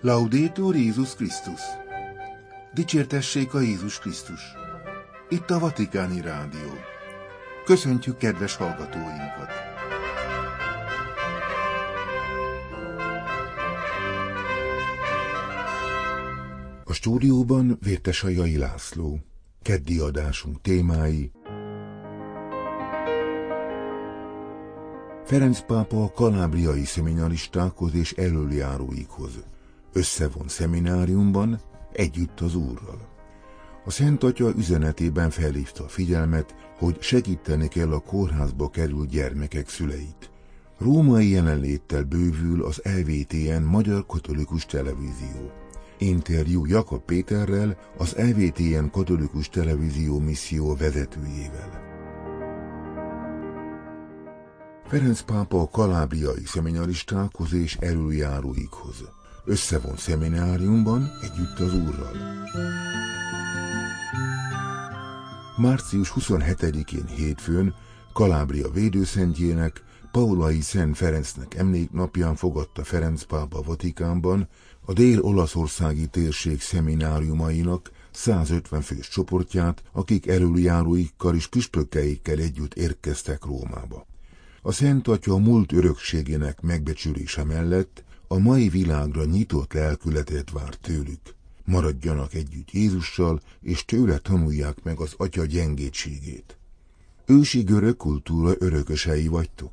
Laudetur Jézus Krisztus! Dicsértessék a Jézus Krisztus! Itt a Vatikáni Rádió. Köszöntjük kedves hallgatóinkat! A stúdióban Vértesajai László. Keddi adásunk témái: Ferenc pápa a kalábriai szeminaristákhoz és elöljáróikhoz. Összevont szemináriumban, együtt az Úrral. A Szent Atya üzenetében felhívta a figyelmet, hogy segíteni kell a kórházba került gyermekek szüleit. Római jelenléttel bővül az EWTN Magyar Katolikus Televízió. Interjú Jakab Péterrel, az EWTN Katolikus Televízió misszió vezetőjével. Ferenc pápa a kalábriai szeminaristákhoz és elöljáróikhoz. Összevont szemináriumban, együtt az Úrral. Március 27-én hétfőn Kalábria védőszentjének, Paulai Szent Ferencnek emléknapján fogadta Ferenc pápa Vatikánban a dél-olaszországi térség szemináriumainak 150 fős csoportját, akik elöljáróikkal és püspökkeikkel együtt érkeztek Rómába. A Szent Atya a múlt örökségének megbecsülése mellett a mai világra nyitott lelkületet vár tőlük. Maradjanak együtt Jézussal, és tőle tanulják meg az Atya gyengétségét. Ősi görög kultúra örökösei vagytok,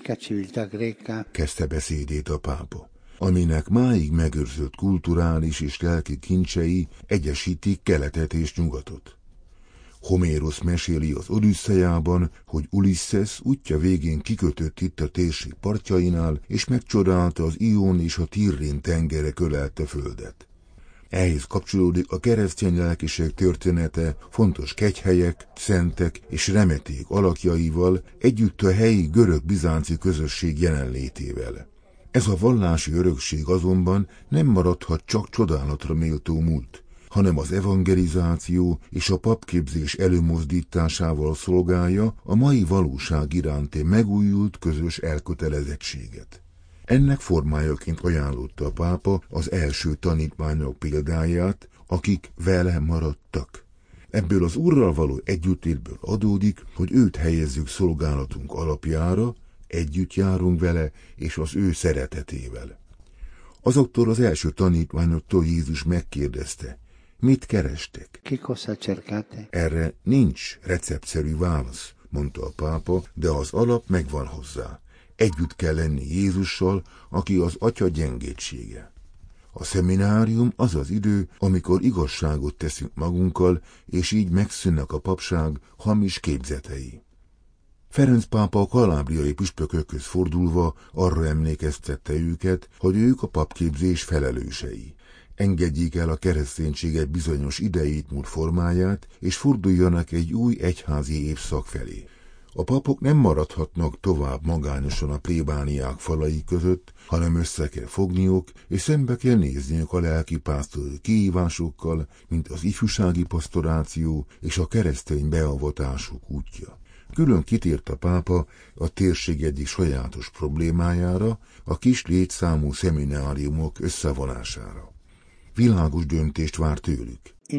kezdte beszédét a pápa, aminek máig megőrzött kulturális és lelki kincsei egyesítik keletet és nyugatot. Homérosz meséli az Odüsszeiában, hogy Ulisses útja végén kikötött itt a térség partjainál, és megcsodálta az Ión és a Tirrén tengerek ölelte földet. Ehhez kapcsolódik a keresztény lelkiség története fontos kegyhelyek, szentek és remeték alakjaival, együtt a helyi görög-bizánci közösség jelenlétével. Ez a vallási örökség azonban nem maradhat csak csodálatra méltó múlt, hanem az evangelizáció és a papképzés előmozdításával szolgálja a mai valóság iránti megújult közös elkötelezettséget. Ennek formájaként ajánlotta a pápa az első tanítványok példáját, akik vele maradtak. Ebből az Úrral való együttlétből adódik, hogy őt helyezzük szolgálatunk alapjára, együtt járunk vele és az ő szeretetével. Azoktól az első tanítványoktól Jézus megkérdezte: mit kerestek? Erre nincs receptszerű válasz, mondta a pápa, de az alap megvan hozzá. Együtt kell lenni Jézussal, aki az Atya gyengétsége. A szeminárium az az idő, amikor igazságot teszünk magunkkal, és így megszűnnek a papság hamis képzetei. Ferenc pápa a kalábriai püspökökhöz fordulva arra emlékeztette őket, hogy ők a papképzés felelősei. Engedjék el a kereszténység egy bizonyos idejét múlt formáját, és forduljanak egy új egyházi évszak felé. A papok nem maradhatnak tovább magányosan a plébániák falai között, hanem össze kell fogniuk, és szembe kell nézniük a lelki pásztori kihívásokkal, mint az ifjúsági pastoráció és a keresztény beavatások útja. Külön kitért a pápa a térség egyik sajátos problémájára, a kis létszámú szemináriumok összevonására. Világos döntést vár tőlük.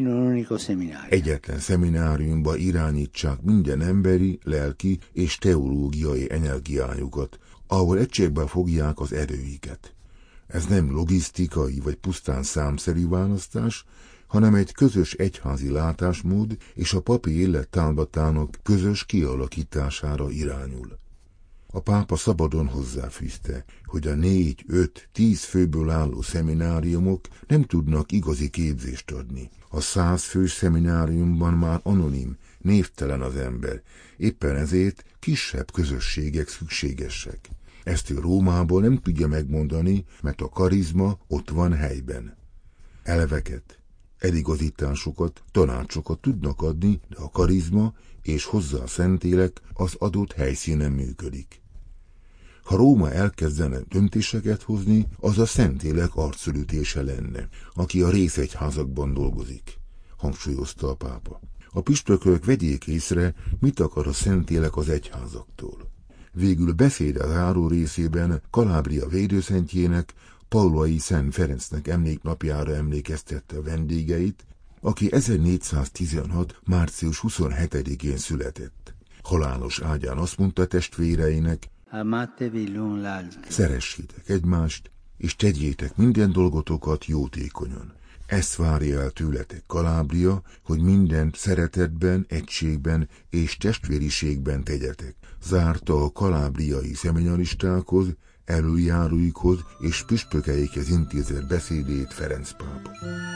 Egyetlen szemináriumba irányítsák minden emberi, lelki és teológiai energiájukat, ahol egységben fogják az erőiket. Ez nem logisztikai vagy pusztán számszerű választás, hanem egy közös egyházi látásmód és a papi élet támadásának közös kialakítására irányul. A pápa szabadon hozzáfűzte, hogy a 4-5-10 főből álló szemináriumok nem tudnak igazi képzést adni. A 100 fős szemináriumban már anonim, névtelen az ember, éppen ezért kisebb közösségek szükségesek. Ezt ő Rómából nem tudja megmondani, mert a karizma ott van helyben. Elveket, eligazításokat, tanácsokat tudnak adni, de a karizma és hozzá a Szentlélek az adott helyszínen működik. Ha Róma elkezdene döntéseket hozni, az a Szentlélek arcölütése lenne, aki a részegyházakban dolgozik, hangsúlyozta a pápa. A püspökök vegyék észre, mit akar a Szentlélek az egyházaktól. Végül beszéde záró részében Kalábria védőszentjének, Paulai Szent Ferencnek emléknapjára emlékeztette vendégeit, aki 1416. március 27-én született. Halálos ágyán azt mondta testvéreinek: szeressétek egymást, és tegyétek minden dolgotokat jótékonyan. Ezt várja el tőletek Kalábria, hogy mindent szeretetben, egységben és testvériségben tegyetek. Zárta a kalábriai szemenyalistákhoz, előjáróikhoz és püspökeikhez intézett beszédét Ferenc pápa.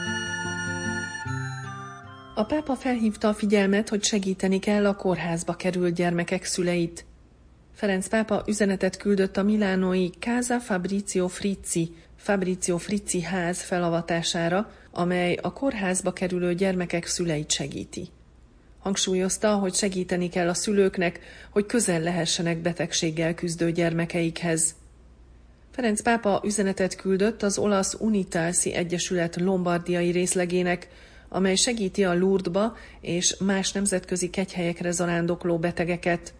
A pápa felhívta a figyelmet, hogy segíteni kell a kórházba került gyermekek szüleit. Ferenc pápa üzenetet küldött a milánói Casa Fabrizio Frizzi ház felavatására, amely a kórházba kerülő gyermekek szüleit segíti. Hangsúlyozta, hogy segíteni kell a szülőknek, hogy közel lehessenek betegséggel küzdő gyermekeikhez. Ferenc pápa üzenetet küldött az olasz Unitalsi Egyesület lombardiai részlegének, amely segíti a Lourdesba és más nemzetközi kegyhelyekre zarándokló betegeket.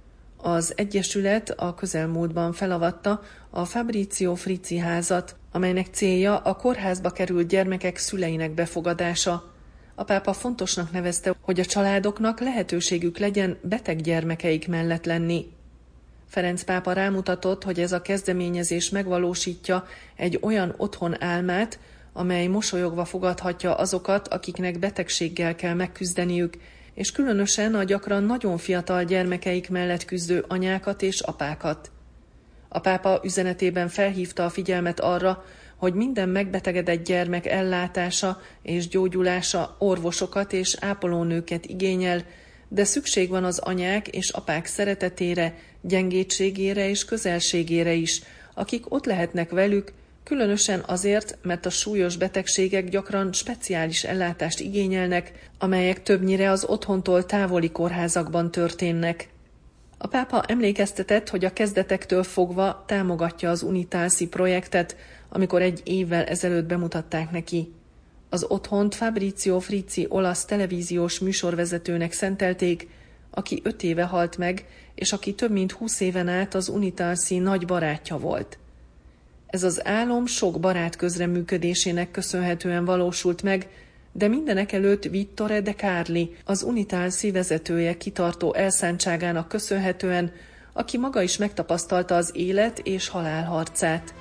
Az egyesület a közelmúltban felavatta a Fabrizio Frizzi házat, amelynek célja a kórházba került gyermekek szüleinek befogadása. A pápa fontosnak nevezte, hogy a családoknak lehetőségük legyen beteg gyermekeik mellett lenni. Ferenc pápa rámutatott, hogy ez a kezdeményezés megvalósítja egy olyan otthon álmát, amely mosolyogva fogadhatja azokat, akiknek betegséggel kell megküzdeniük, és különösen a gyakran nagyon fiatal gyermekeik mellett küzdő anyákat és apákat. A pápa üzenetében felhívta a figyelmet arra, hogy minden megbetegedett gyermek ellátása és gyógyulása orvosokat és ápolónőket igényel, de szükség van az anyák és apák szeretetére, gyengétségére és közelségére is, akik ott lehetnek velük, különösen azért, mert a súlyos betegségek gyakran speciális ellátást igényelnek, amelyek többnyire az otthontól távoli kórházakban történnek. A pápa emlékeztetett, hogy a kezdetektől fogva támogatja az Unitalsi projektet, amikor 1 évvel ezelőtt bemutatták neki. Az otthont Fabrizio Frizzi olasz televíziós műsorvezetőnek szentelték, aki 5 éve halt meg, és aki több mint 20 éven át az Unitalsi nagy barátja volt. Ez az álom sok barát közreműködésének köszönhetően valósult meg, de mindenekelőtt Vittore De Carli, az Unitalsi vezetője kitartó elszántságának köszönhetően, aki maga is megtapasztalta az élet és halál harcát.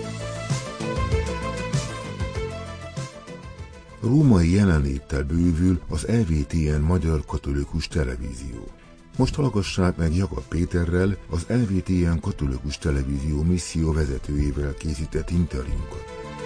Római jelenléttel bővül az EWTN Magyar Katolikus Televízió. Most hallgassák meg Jakab Péterrel, az EWTN Katolikus Televízió misszió vezetőjével készített interjúnkat.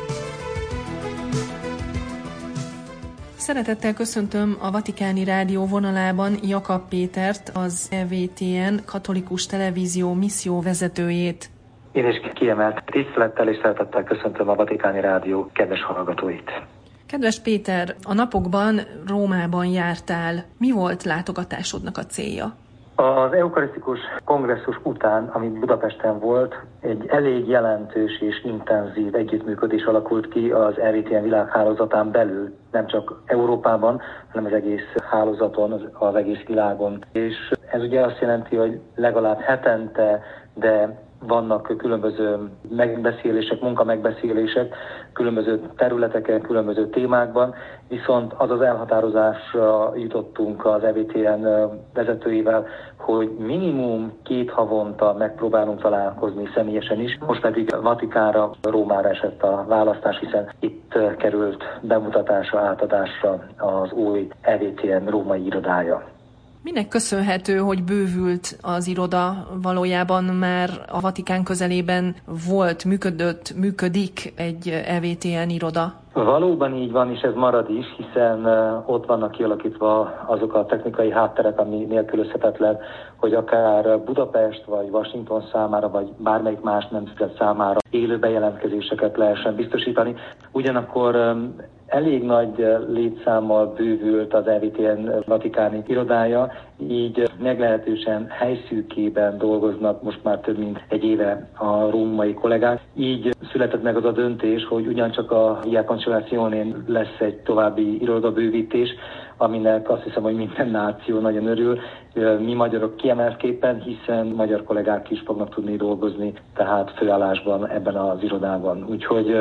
Szeretettel köszöntöm a Vatikáni Rádió vonalában Jakab Pétert, az EWTN Katolikus Televízió misszió vezetőjét. Én is kiemelt tisztelettel és szeretettel köszöntöm a Vatikáni Rádió kedves hallgatóit. Kedves Péter, a napokban Rómában jártál. Mi volt látogatásodnak a célja? Az eukarisztikus kongresszus után, ami Budapesten volt, egy elég jelentős és intenzív együttműködés alakult ki az EWTN világhálózatán belül, nem csak Európában, hanem az egész hálózaton, az egész világon. És ez ugye azt jelenti, hogy legalább hetente, de vannak különböző megbeszélések, munkamegbeszélések, különböző területeken, különböző témákban, viszont az az elhatározásra jutottunk az EWTN vezetőivel, hogy minimum 2 havonta megpróbálunk találkozni személyesen is. Most pedig Vatikánra, Rómára esett a választás, hiszen itt került bemutatásra, átadásra az új EWTN római irodája. Minek köszönhető, hogy bővült az iroda? Valójában már a Vatikán közelében működik egy EWTN iroda? Valóban így van, és ez marad is, hiszen ott vannak kialakítva azok a technikai hátterek, ami nélkülözhetetlen, hogy akár Budapest vagy Washington számára, vagy bármelyik más nemzet számára élő bejelentkezéseket lehessen biztosítani. Ugyanakkor elég nagy létszámmal bővült az EWTN vatikáni irodája, így meglehetősen helyszűkében dolgoznak most már több mint 1 éve a római kollégák. Így született meg az a döntés, hogy ugyancsak a Via Consolazione lesz egy további irodabővítés, aminek azt hiszem, hogy minden náció nagyon örül. Mi magyarok kiemeltképpen, hiszen magyar kollégák is fognak tudni dolgozni, tehát főállásban ebben az irodában. Úgyhogy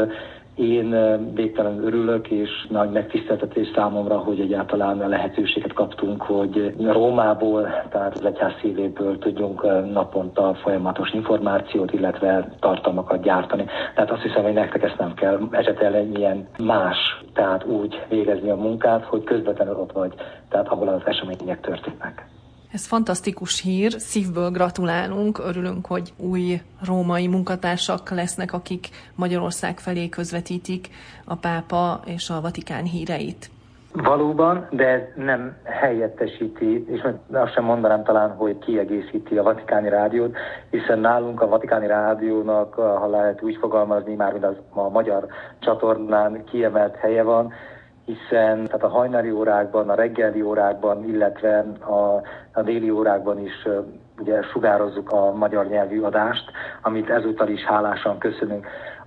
én végtelenül örülök, és nagy megtiszteltetés számomra, hogy egyáltalán a lehetőséget kaptunk, hogy Rómából, tehát az egyház szívéből tudjunk naponta folyamatos információt, illetve tartalmakat gyártani. Tehát azt hiszem, hogy nektek ezt nem kell esetleg ilyen más, tehát úgy végezni a munkát, hogy közvetlenül ott vagy, tehát ahol az események történnek. Ez fantasztikus hír, szívből gratulálunk, örülünk, hogy új római munkatársak lesznek, akik Magyarország felé közvetítik a pápa és a Vatikán híreit. Valóban, de ez nem helyettesíti, és azt sem mondanám talán, hogy kiegészíti a Vatikáni Rádiót, hiszen nálunk a Vatikáni Rádiónak, ha lehet úgy fogalmazni, mármint a magyar csatornán kiemelt helye van, hiszen tehát a hajnali órákban, a reggeli órákban, illetve a déli órákban is ugye sugározzuk a magyar nyelvű adást, amit ezúttal is hálásan köszönünk.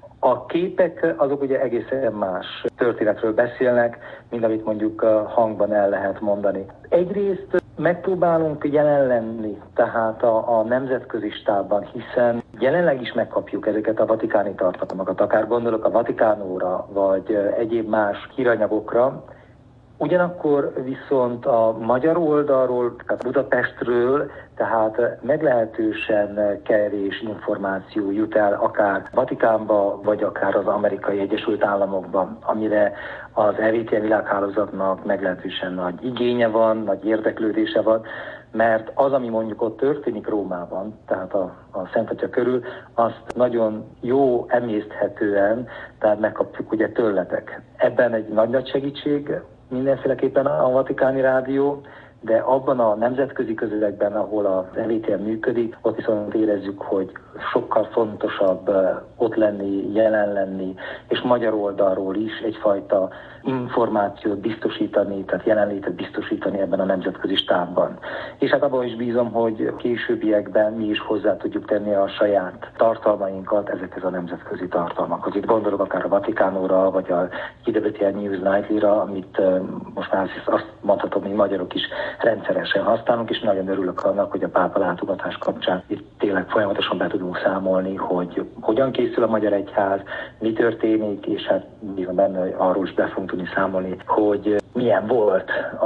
A képek azok ugye egészen más történetről beszélnek, mint amit mondjuk hangban el lehet mondani. Egyrészt megpróbálunk jelen lenni, tehát a nemzetközi stábban, hiszen jelenleg is megkapjuk ezeket a vatikáni tartalmakat, akár gondolok a Vatikánóra, vagy egyéb más híranyagokra. Ugyanakkor viszont a magyar oldalról, tehát Budapestről, tehát meglehetősen kevés információ jut el akár Vatikánba, vagy akár az Amerikai Egyesült Államokban, amire az EVTN világhálózatnak meglehetősen nagy igénye van, nagy érdeklődése van, mert az, ami mondjuk ott történik Rómában, tehát a Szent Atya körül, azt nagyon jó emészthetően, tehát megkapjuk ugye tőletek. Ebben egy nagy segítség mindenféleképpen a Vatikáni Rádió, de abban a nemzetközi közegben, ahol az EVTN működik, ott viszont érezzük, hogy sokkal fontosabb ott lenni, jelen lenni, és magyar oldalról is egyfajta információt biztosítani, tehát jelenlétet biztosítani ebben a nemzetközi stábban. És hát abban is bízom, hogy későbbiekben mi is hozzá tudjuk tenni a saját tartalmainkat ezekhez a nemzetközi tartalmakhoz. Itt gondolok akár a Vatikánóra, vagy a EWTN News Nightly-ra, amit most már azt mondhatom, hogy magyarok is rendszeresen használunk, és nagyon örülök annak, hogy a pápa látogatás kapcsán itt tényleg folyamatosan be tudunk számolni, hogy hogyan készül a magyar egyház, mi történik, és hát bízom benne, hogy arról is be fogunk tudni számolni, hogy milyen volt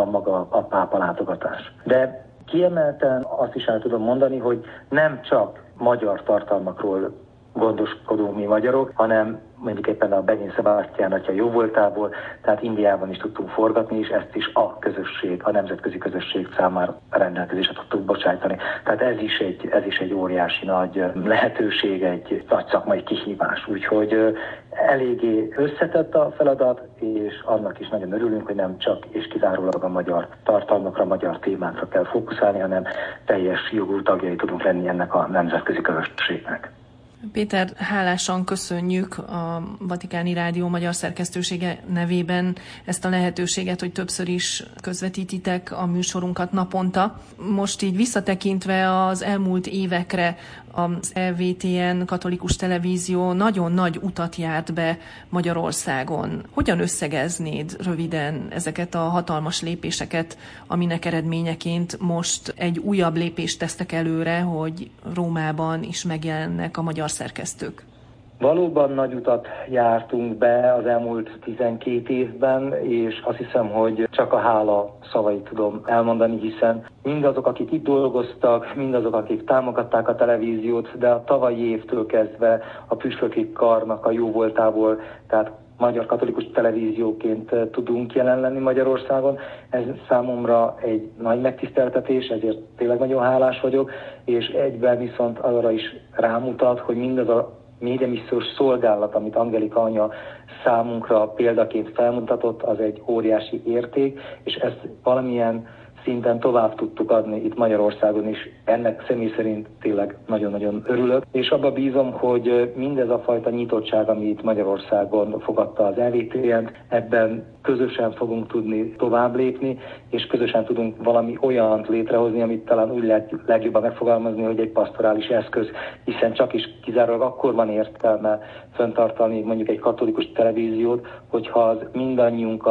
a pápa látogatás. De kiemelten azt is el tudom mondani, hogy nem csak magyar tartalmakról gondoskodunk mi magyarok, hanem mondjuk éppen a Benyén Sebastian atya jóvoltából, tehát Indiában is tudtunk forgatni, és ezt is a közösség, a nemzetközi közösség számára rendelkezésre tudtuk bocsájtani. Tehát ez is egy óriási nagy lehetőség, egy nagy szakmai kihívás. Úgyhogy eléggé összetett a feladat, és annak is nagyon örülünk, hogy nem csak és kizárólag a magyar tartalmakra, a magyar témákra kell fókuszálni, hanem teljes jogú tagjai tudunk lenni ennek a nemzetközi közösségnek. Péter, hálásan köszönjük a Vatikáni Rádió magyar szerkesztősége nevében ezt a lehetőséget, hogy többször is közvetítitek a műsorunkat naponta. Most így visszatekintve az elmúlt évekre, az EVTN katolikus televízió nagyon nagy utat járt be Magyarországon. Hogyan összegeznéd röviden ezeket a hatalmas lépéseket, aminek eredményeként most egy újabb lépést tesztek előre, hogy Rómában is megjelennek a magyar szerkesztők? Valóban nagy utat jártunk be az elmúlt 12 évben, és azt hiszem, hogy csak a hála szavait tudom elmondani, hiszen mindazok, akik itt dolgoztak, mindazok, akik támogatták a televíziót, de a tavalyi évtől kezdve a püspöki karnak a jóvoltából, tehát magyar katolikus televízióként tudunk jelen lenni Magyarországon. Ez számomra egy nagy megtiszteltetés, ezért tényleg nagyon hálás vagyok, és egyben viszont arra is rámutat, hogy mindaz a médiamissziós szolgálat, amit Angelika anya számunkra példaként felmutatott, az egy óriási érték, és ezt valamilyen szinten tovább tudtuk adni itt Magyarországon is. Ennek személy szerint tényleg nagyon-nagyon örülök, és abba bízom, hogy mindez a fajta nyitottság, ami itt Magyarországon fogadta az EVTN-t, ebben közösen fogunk tudni tovább lépni, és közösen tudunk valami olyant létrehozni, amit talán úgy lehet legjobban megfogalmazni, hogy egy pastorális eszköz, hiszen csak is kizárólag akkor van értelme fenntartani mondjuk egy katolikus televíziót, hogyha az mindannyiunkat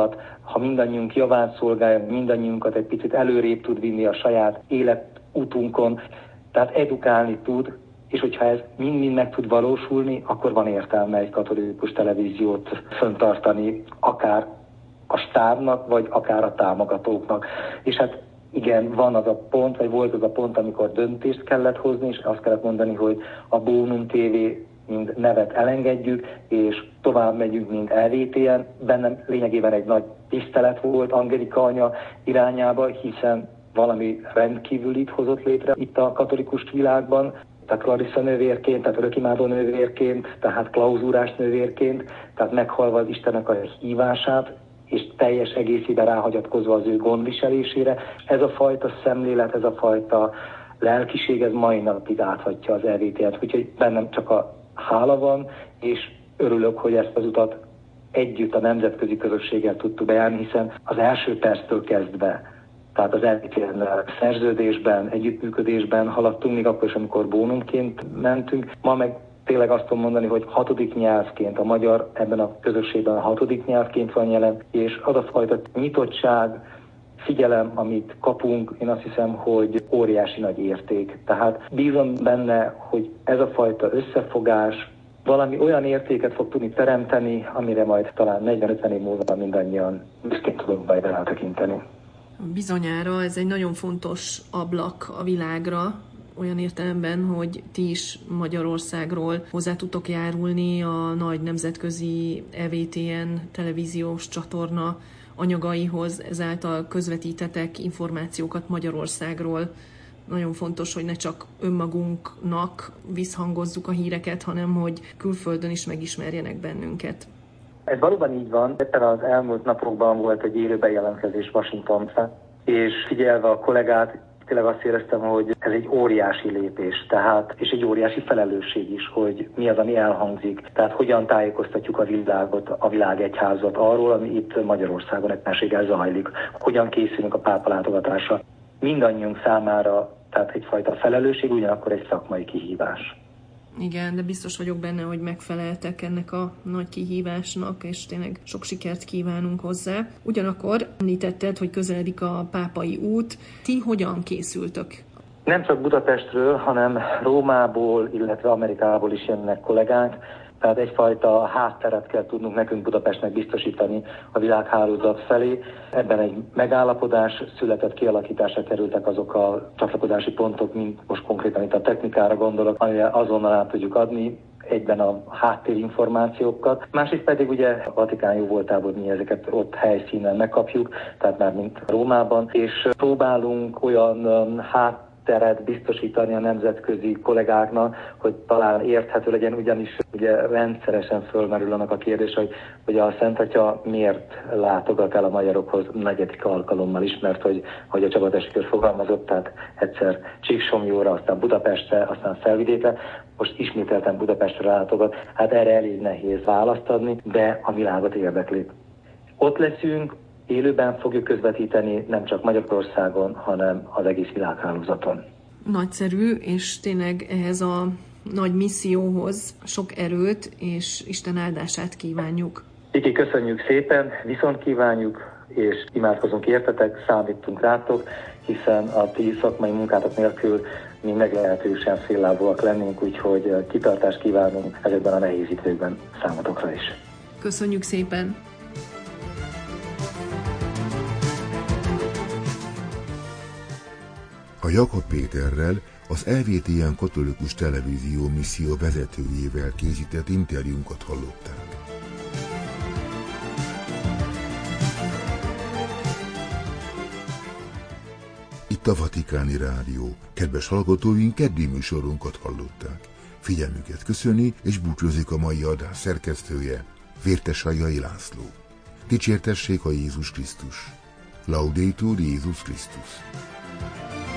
ha mindannyiunk javát szolgálja, mindannyiunkat egy picit előrébb tud vinni a saját életutunkon, tehát edukálni tud, és hogyha ez mind-mind meg tud valósulni, akkor van értelme egy katolikus televíziót fenntartani, akár a stábnak, vagy akár a támogatóknak. És hát igen, van az a pont, vagy volt az a pont, amikor döntést kellett hozni, és azt kellett mondani, hogy a Bónum TV mint nevet elengedjük, és tovább megyünk, mint RTN. Bennem lényegében egy nagy tisztelet volt Angelika anya irányába, hiszen valami rendkívülit hozott létre itt a katolikus világban, tehát Clarissa nővérként, tehát örökimádó nővérként, tehát klauzúrás nővérként, tehát meghalva az Istennek a hívását, és teljes egészében ráhagyatkozva az ő gondviselésére. Ez a fajta szemlélet, ez a fajta lelkiség, ez mai napig áthatja az RTN-t. Úgyhogy bennem csak a hála van, és örülök, hogy ezt az utat együtt a nemzetközi közösséggel tudtuk bejárni, hiszen az első perctől kezdve, tehát az RTN szerződésben, együttműködésben haladtunk, még akkor is, amikor bónumként mentünk. Ma meg tényleg azt tudom mondani, hogy 6. nyelvként, a magyar ebben a közösségben a 6. nyelvként van jelen, és az a fajta nyitottság, figyelem, amit kapunk, én azt hiszem, hogy óriási nagy érték. Tehát bízom benne, hogy ez a fajta összefogás valami olyan értéket fog tudni teremteni, amire majd talán 40-50 év múlva mindannyian büszkén tudunk majd eltekinteni. Bizonyára ez egy nagyon fontos ablak a világra, olyan értelemben, hogy ti is Magyarországról hozzá tudtok járulni a nagy nemzetközi EWTN televíziós csatorna anyagaihoz, ezáltal közvetítetek információkat Magyarországról. Nagyon fontos, hogy ne csak önmagunknak visszhangozzuk a híreket, hanem hogy külföldön is megismerjenek bennünket. Ez valóban így van. Éppen az elmúlt napokban volt egy élő bejelentkezés Washingtonban, és figyelve a kollégát, tényleg azt éreztem, hogy ez egy óriási lépés, tehát, és egy óriási felelősség is, hogy mi az, ami elhangzik. Tehát hogyan tájékoztatjuk a világot, a világegyházat arról, ami itt Magyarországon eppenséggel zajlik. Hogyan készülünk a pápa látogatásra. Mindannyiunk számára, tehát egyfajta felelősség, ugyanakkor egy szakmai kihívás. Igen, de biztos vagyok benne, hogy megfeleltek ennek a nagy kihívásnak, és tényleg sok sikert kívánunk hozzá. Ugyanakkor említetted, hogy közeledik a pápai út. Ti hogyan készültök? Nem csak Budapestről, hanem Rómából, illetve Amerikából is jönnek kollégánk. Tehát egyfajta hátteret kell tudnunk nekünk Budapestnek biztosítani a világhálózat felé. Ebben egy megállapodás született, kialakításra kerültek azok a csatlakozási pontok, mint most konkrétan itt a technikára gondolok, amire azonnal át tudjuk adni egyben a háttérinformációkat. Másrészt pedig ugye a Vatikán jó voltából mi ezeket ott helyszínen megkapjuk, tehát már mint Rómában, és próbálunk olyan teret biztosítani a nemzetközi kollégáknak, hogy talán érthető legyen, ugyanis ugye rendszeresen fölmerül annak a kérdés, hogy a Szent Atya miért látogat el a magyarokhoz 4. alkalommal is, mert hogy a Csaba testkör fogalmazott, tehát egyszer Csíksomlyóra, aztán Budapestre, aztán Felvidékre, most ismételten Budapestre látogat. Hát erre elég nehéz választ adni, de a világot érdekli. Ott leszünk, élőben fogjuk közvetíteni nem csak Magyarországon, hanem az egész világhálózaton. Nagyszerű, és tényleg ehhez a nagy misszióhoz sok erőt és Isten áldását kívánjuk. Iki, köszönjük szépen, viszont kívánjuk, és imádkozunk értetek, számítunk rátok, hiszen a ti szakmai munkátok nélkül mi meglehetősen féllábúak lennénk, úgyhogy kitartást kívánunk ezekben a nehéz időkben számotokra is. Köszönjük szépen! A Jakab Péterrel, az EWTN katolikus televízió misszió vezetőjével készített interjúnkat hallották. Itt a Vatikáni Rádió. Kedves hallgatóink, keddi műsorunkat hallották. Figyelmüket köszöni és búcsúzik a mai adás szerkesztője, Vértesajjai László. Dicsértessék a Jézus Krisztus! Laudetur Jézus Krisztus!